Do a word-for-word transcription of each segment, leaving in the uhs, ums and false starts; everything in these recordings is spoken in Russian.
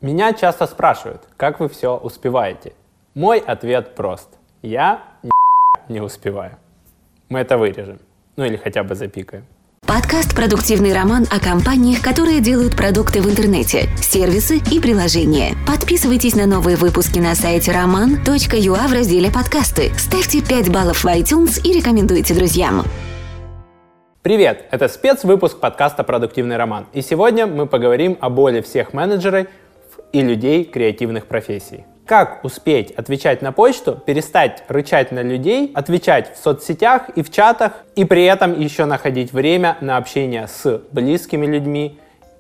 Меня часто спрашивают, как вы все успеваете. Мой ответ прост. Я не успеваю. Мы это вырежем. Ну или хотя бы запикаем. Подкаст «Продуктивный роман» о компаниях, которые делают продукты в интернете, сервисы и приложения. Подписывайтесь на новые выпуски на сайте роман точка ю а в разделе «Подкасты». Ставьте пять баллов в iTunes и рекомендуйте друзьям. Привет! Это спецвыпуск подкаста «Продуктивный роман». И сегодня мы поговорим о боли всех менеджеров и людей креативных профессий. Как успеть отвечать на почту, перестать рычать на людей, отвечать в соцсетях и в чатах, и при этом еще находить время на общение с близкими людьми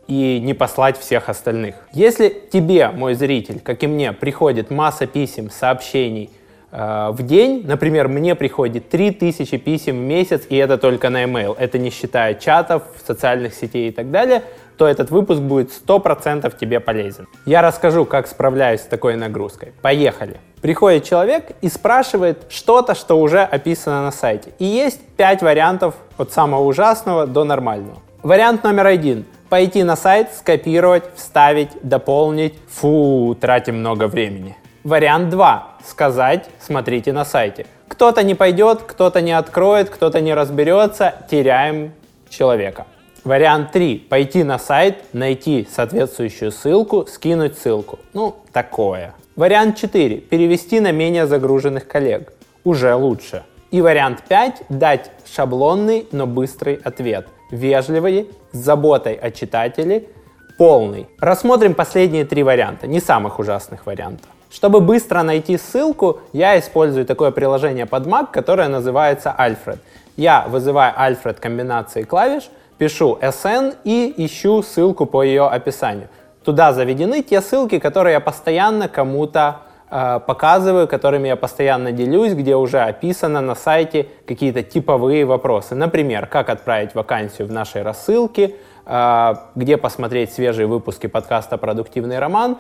и не послать всех остальных. Если тебе, мой зритель, как и мне, приходит масса писем, сообщений э, в день, например, мне приходит три тысячи писем в месяц, и это только на e-mail, это не считая чатов, социальных сетей и так далее, то этот выпуск будет сто процентов тебе полезен. Я расскажу, как справляюсь с такой нагрузкой. Поехали! Приходит человек и спрашивает что-то, что уже описано на сайте. И есть пять вариантов от самого ужасного до нормального. Вариант номер один. Пойти на сайт, скопировать, вставить, дополнить. Фу, тратим много времени. Вариант два. Сказать, смотрите на сайте. Кто-то не пойдет, кто-то не откроет, кто-то не разберется. Теряем человека. Вариант три. Пойти на сайт, найти соответствующую ссылку, скинуть ссылку. Ну, такое. Вариант четыре. Перевести на менее загруженных коллег. Уже лучше. И вариант пять. Дать шаблонный, но быстрый ответ. Вежливый, с заботой о читателе, полный. Рассмотрим последние три варианта, не самых ужасных вариантов. Чтобы быстро найти ссылку, я использую такое приложение под Mac, которое называется Alfred. Я вызываю Alfred комбинацией клавиш, пишу эс эн и ищу ссылку по ее описанию. Туда заведены те ссылки, которые я постоянно кому-то э, показываю, которыми я постоянно делюсь, где уже описано на сайте какие-то типовые вопросы. Например, как отправить вакансию в нашей рассылке, э, где посмотреть свежие выпуски подкаста «Продуктивный роман»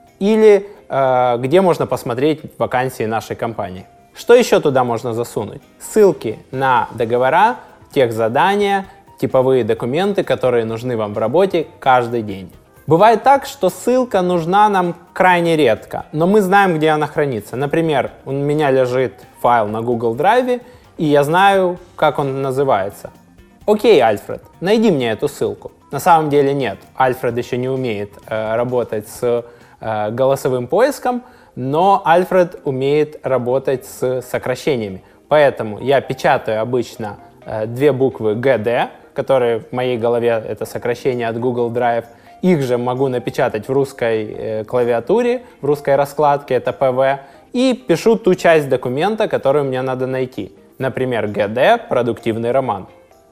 или э, где можно посмотреть вакансии нашей компании. Что еще туда можно засунуть? Ссылки на договора, техзадания, типовые документы, которые нужны вам в работе каждый день. Бывает так, что ссылка нужна нам крайне редко, но мы знаем, где она хранится. Например, у меня лежит файл на Google Drive, и я знаю, как он называется. Окей, Альфред, найди мне эту ссылку. На самом деле нет, Альфред еще не умеет э, работать с э, голосовым поиском, но Альфред умеет работать с сокращениями. Поэтому я печатаю обычно э, две буквы джи ди, которые в моей голове это сокращение от Google Drive. Их же могу напечатать в русской э, клавиатуре, в русской раскладке, это пи ви, и пишу ту часть документа, которую мне надо найти. Например, джи ди «Продуктивный роман».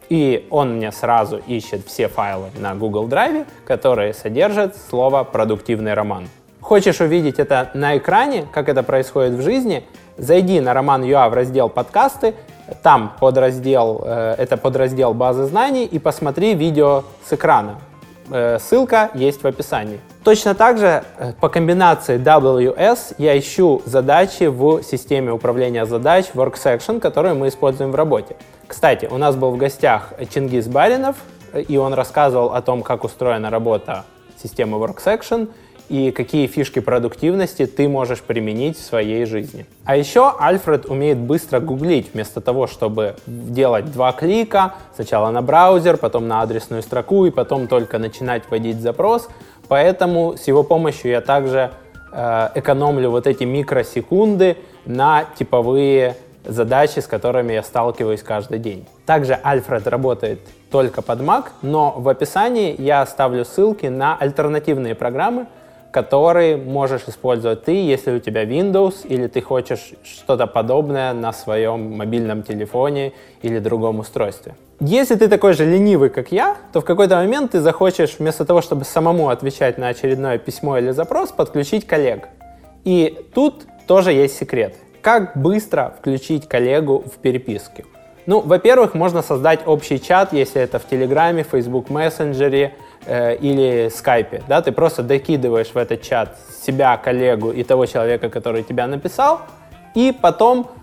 И он мне сразу ищет все файлы на Google Drive, которые содержат слово «Продуктивный роман». Хочешь увидеть это на экране, как это происходит в жизни, зайди на роман точка ю а в раздел «Подкасты», там подраздел, э, это подраздел базы знаний, и посмотри видео с экрана. Э, ссылка есть в описании. Точно так же э, по комбинации дабл ю эс я ищу задачи в системе управления задач WorkSection, которую мы используем в работе. Кстати, у нас был в гостях Чингис Баринов, и он рассказывал о том, как устроена работа системы WorkSection и какие фишки продуктивности ты можешь применить в своей жизни. А еще Альфред умеет быстро гуглить, вместо того, чтобы делать два клика, сначала на браузер, потом на адресную строку и потом только начинать вводить запрос. Поэтому с его помощью я также э, экономлю вот эти микросекунды на типовые задачи, с которыми я сталкиваюсь каждый день. Также Альфред работает только под Mac, но в описании я оставлю ссылки на альтернативные программы, которые можешь использовать ты, если у тебя Windows или ты хочешь что-то подобное на своем мобильном телефоне или другом устройстве. Если ты такой же ленивый, как я, то в какой-то момент ты захочешь вместо того, чтобы самому отвечать на очередное письмо или запрос, подключить коллег. И тут тоже есть секрет. Как быстро включить коллегу в переписку? Ну, во-первых, можно создать общий чат, если это в Телеграме, Facebook Messenger э, или Скайпе. Да? Ты просто докидываешь в этот чат себя, коллегу и того человека, который тебя написал, и потом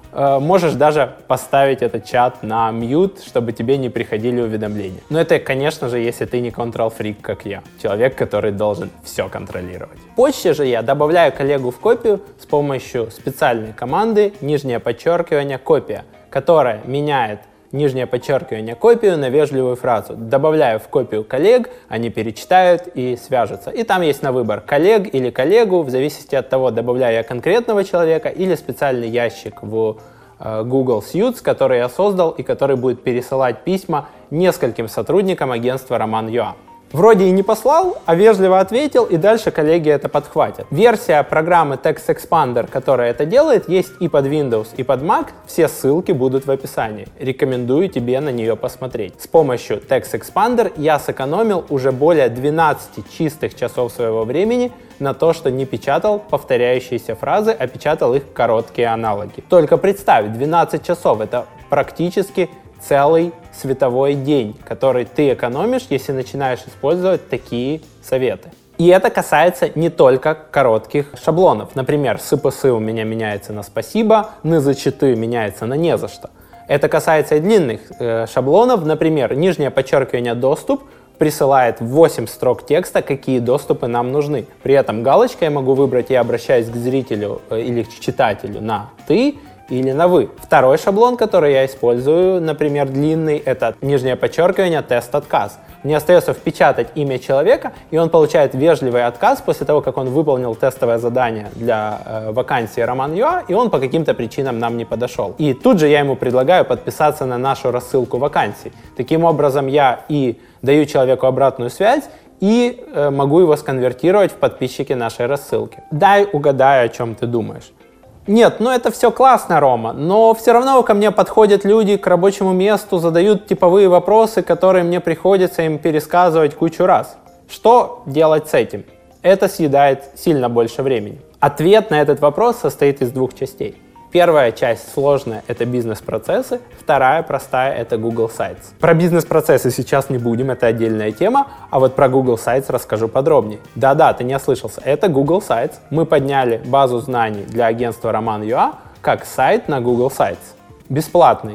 Можешь даже поставить этот чат на мьют, чтобы тебе не приходили уведомления. Но это, конечно же, если ты не контрол-фрик, как я. Человек, который должен все контролировать. В почте же я добавляю коллегу в копию с помощью специальной команды нижнее подчеркивание копия, которая меняет нижнее подчеркивание копию на вежливую фразу. Добавляю в копию коллег, они перечитают и свяжутся. И там есть на выбор коллег или коллегу, в зависимости от того, добавляю я конкретного человека или специальный ящик в э, Google Suites, который я создал и который будет пересылать письма нескольким сотрудникам агентства Роман.ua. Вроде и не послал, а вежливо ответил, и дальше коллеги это подхватят. Версия программы Text Expander, которая это делает, есть и под Windows, и под Mac. Все ссылки будут в описании. Рекомендую тебе на нее посмотреть. С помощью Text Expander я сэкономил уже более двенадцати чистых часов своего времени на то, что не печатал повторяющиеся фразы, а печатал их короткие аналоги. Только представь, двенадцать часов — это практически целый световой день, который ты экономишь, если начинаешь использовать такие советы. И это касается не только коротких шаблонов. Например, СПС у меня меняется на спасибо, НЗЧТ меняется на не за что. Это касается и длинных э, шаблонов. Например, нижнее подчеркивание доступ присылает восемь строк текста, какие доступы нам нужны. При этом галочкой я могу выбрать, я обращаюсь к зрителю э, или к читателю на «ты» или на «вы». Второй шаблон, который я использую, например, длинный, это нижнее подчеркивание тест-отказ. Мне остается впечатать имя человека, и он получает вежливый отказ после того, как он выполнил тестовое задание для э, вакансии Роман.ua, и он по каким-то причинам нам не подошел. И тут же я ему предлагаю подписаться на нашу рассылку вакансий. Таким образом, я и даю человеку обратную связь, и э, могу его сконвертировать в подписчики нашей рассылки. Дай угадаю, о чем ты думаешь. Нет, ну это все классно, Рома, но все равно ко мне подходят люди к рабочему месту, задают типовые вопросы, которые мне приходится им пересказывать кучу раз. Что делать с этим? Это съедает сильно больше времени. Ответ на этот вопрос состоит из двух частей. Первая часть сложная — это бизнес-процессы, вторая простая — это Google Sites. Про бизнес-процессы сейчас не будем, это отдельная тема, а вот про Google Sites расскажу подробнее. Да-да, ты не ослышался, это Google Sites. Мы подняли базу знаний для агентства Роман.ua как сайт на Google Sites. Бесплатный,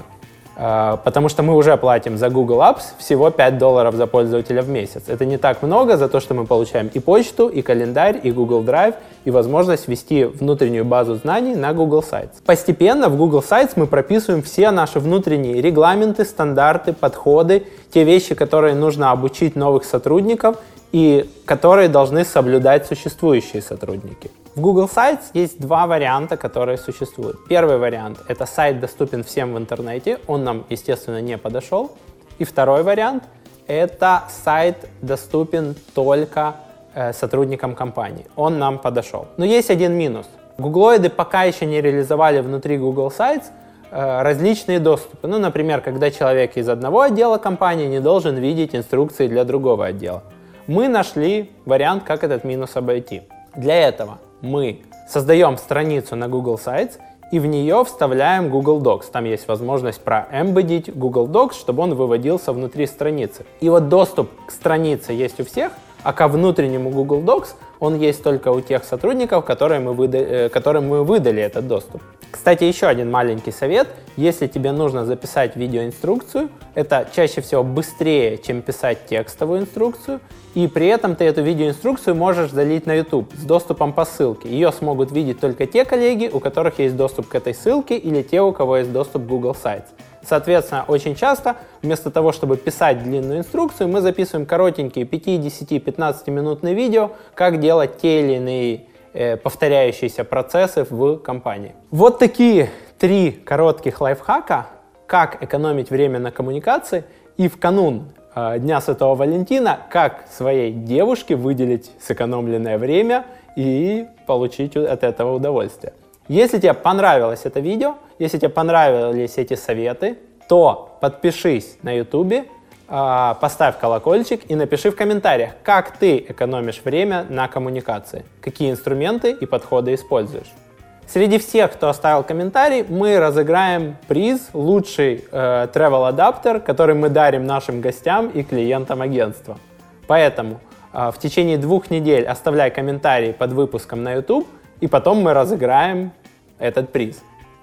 потому что мы уже платим за Google Apps всего пять долларов за пользователя в месяц. Это не так много за то, что мы получаем и почту, и календарь, и Google Drive, и возможность ввести внутреннюю базу знаний на Google Sites. Постепенно в Google Sites мы прописываем все наши внутренние регламенты, стандарты, подходы, те вещи, которые нужно обучить новых сотрудников и которые должны соблюдать существующие сотрудники. В Google Sites есть два варианта, которые существуют. Первый вариант — это сайт доступен всем в интернете, он нам, естественно, не подошел. И второй вариант — это сайт доступен только э, сотрудникам компании, он нам подошел. Но есть один минус. Гуглоиды пока еще не реализовали внутри Google Sites э, различные доступы. Ну, например, когда человек из одного отдела компании не должен видеть инструкции для другого отдела. Мы нашли вариант, как этот минус обойти. Для этого мы создаем страницу на Google Sites и в нее вставляем Google Docs. Там есть возможность проэмбедить Google Docs, чтобы он выводился внутри страницы. И вот доступ к странице есть у всех, а ко внутреннему Google Docs он есть только у тех сотрудников, которые мы выда- которым мы выдали этот доступ. Кстати, еще один маленький совет. Если тебе нужно записать видеоинструкцию, это чаще всего быстрее, чем писать текстовую инструкцию, и при этом ты эту видеоинструкцию можешь залить на YouTube с доступом по ссылке. Ее смогут видеть только те коллеги, у которых есть доступ к этой ссылке, или те, у кого есть доступ к Google Sites. Соответственно, очень часто вместо того, чтобы писать длинную инструкцию, мы записываем коротенькие пять-десять-пятнадцатиминутные видео, как делать те или иные э, повторяющиеся процессы в компании. Вот такие три коротких лайфхака, как экономить время на коммуникации, и в канун э, Дня Святого Валентина, как своей девушке выделить сэкономленное время и получить от этого удовольствие. Если тебе понравилось это видео, если тебе понравились эти советы, то подпишись на YouTube, поставь колокольчик и напиши в комментариях, как ты экономишь время на коммуникации, какие инструменты и подходы используешь. Среди всех, кто оставил комментарий, мы разыграем приз «Лучший э, travel адаптер», который мы дарим нашим гостям и клиентам агентства. Поэтому э, в течение двух недель оставляй комментарии под выпуском на YouTube, и потом мы разыграем этот приз.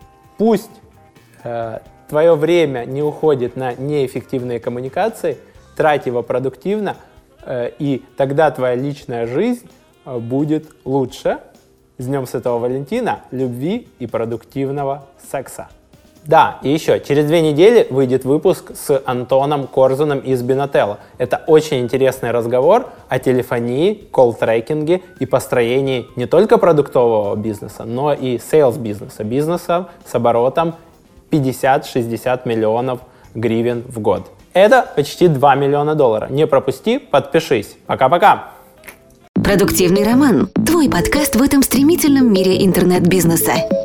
пусть э, твое время не уходит на неэффективные коммуникации, трать его продуктивно, э, и тогда твоя личная жизнь э, будет лучше. С Днем Святого Валентина, любви и продуктивного секса. Да, и еще, через две недели выйдет выпуск с Антоном Корзуном из Бинателло. Это очень интересный разговор о телефонии, колл-трекинге и построении не только продуктового бизнеса, но и сейлс-бизнеса, бизнеса с оборотом пятьдесят-шестьдесят миллионов гривен в год. Это почти два миллиона долларов. Не пропусти, подпишись. Пока-пока! Продуктивный роман. Твой подкаст в этом стремительном мире интернет-бизнеса.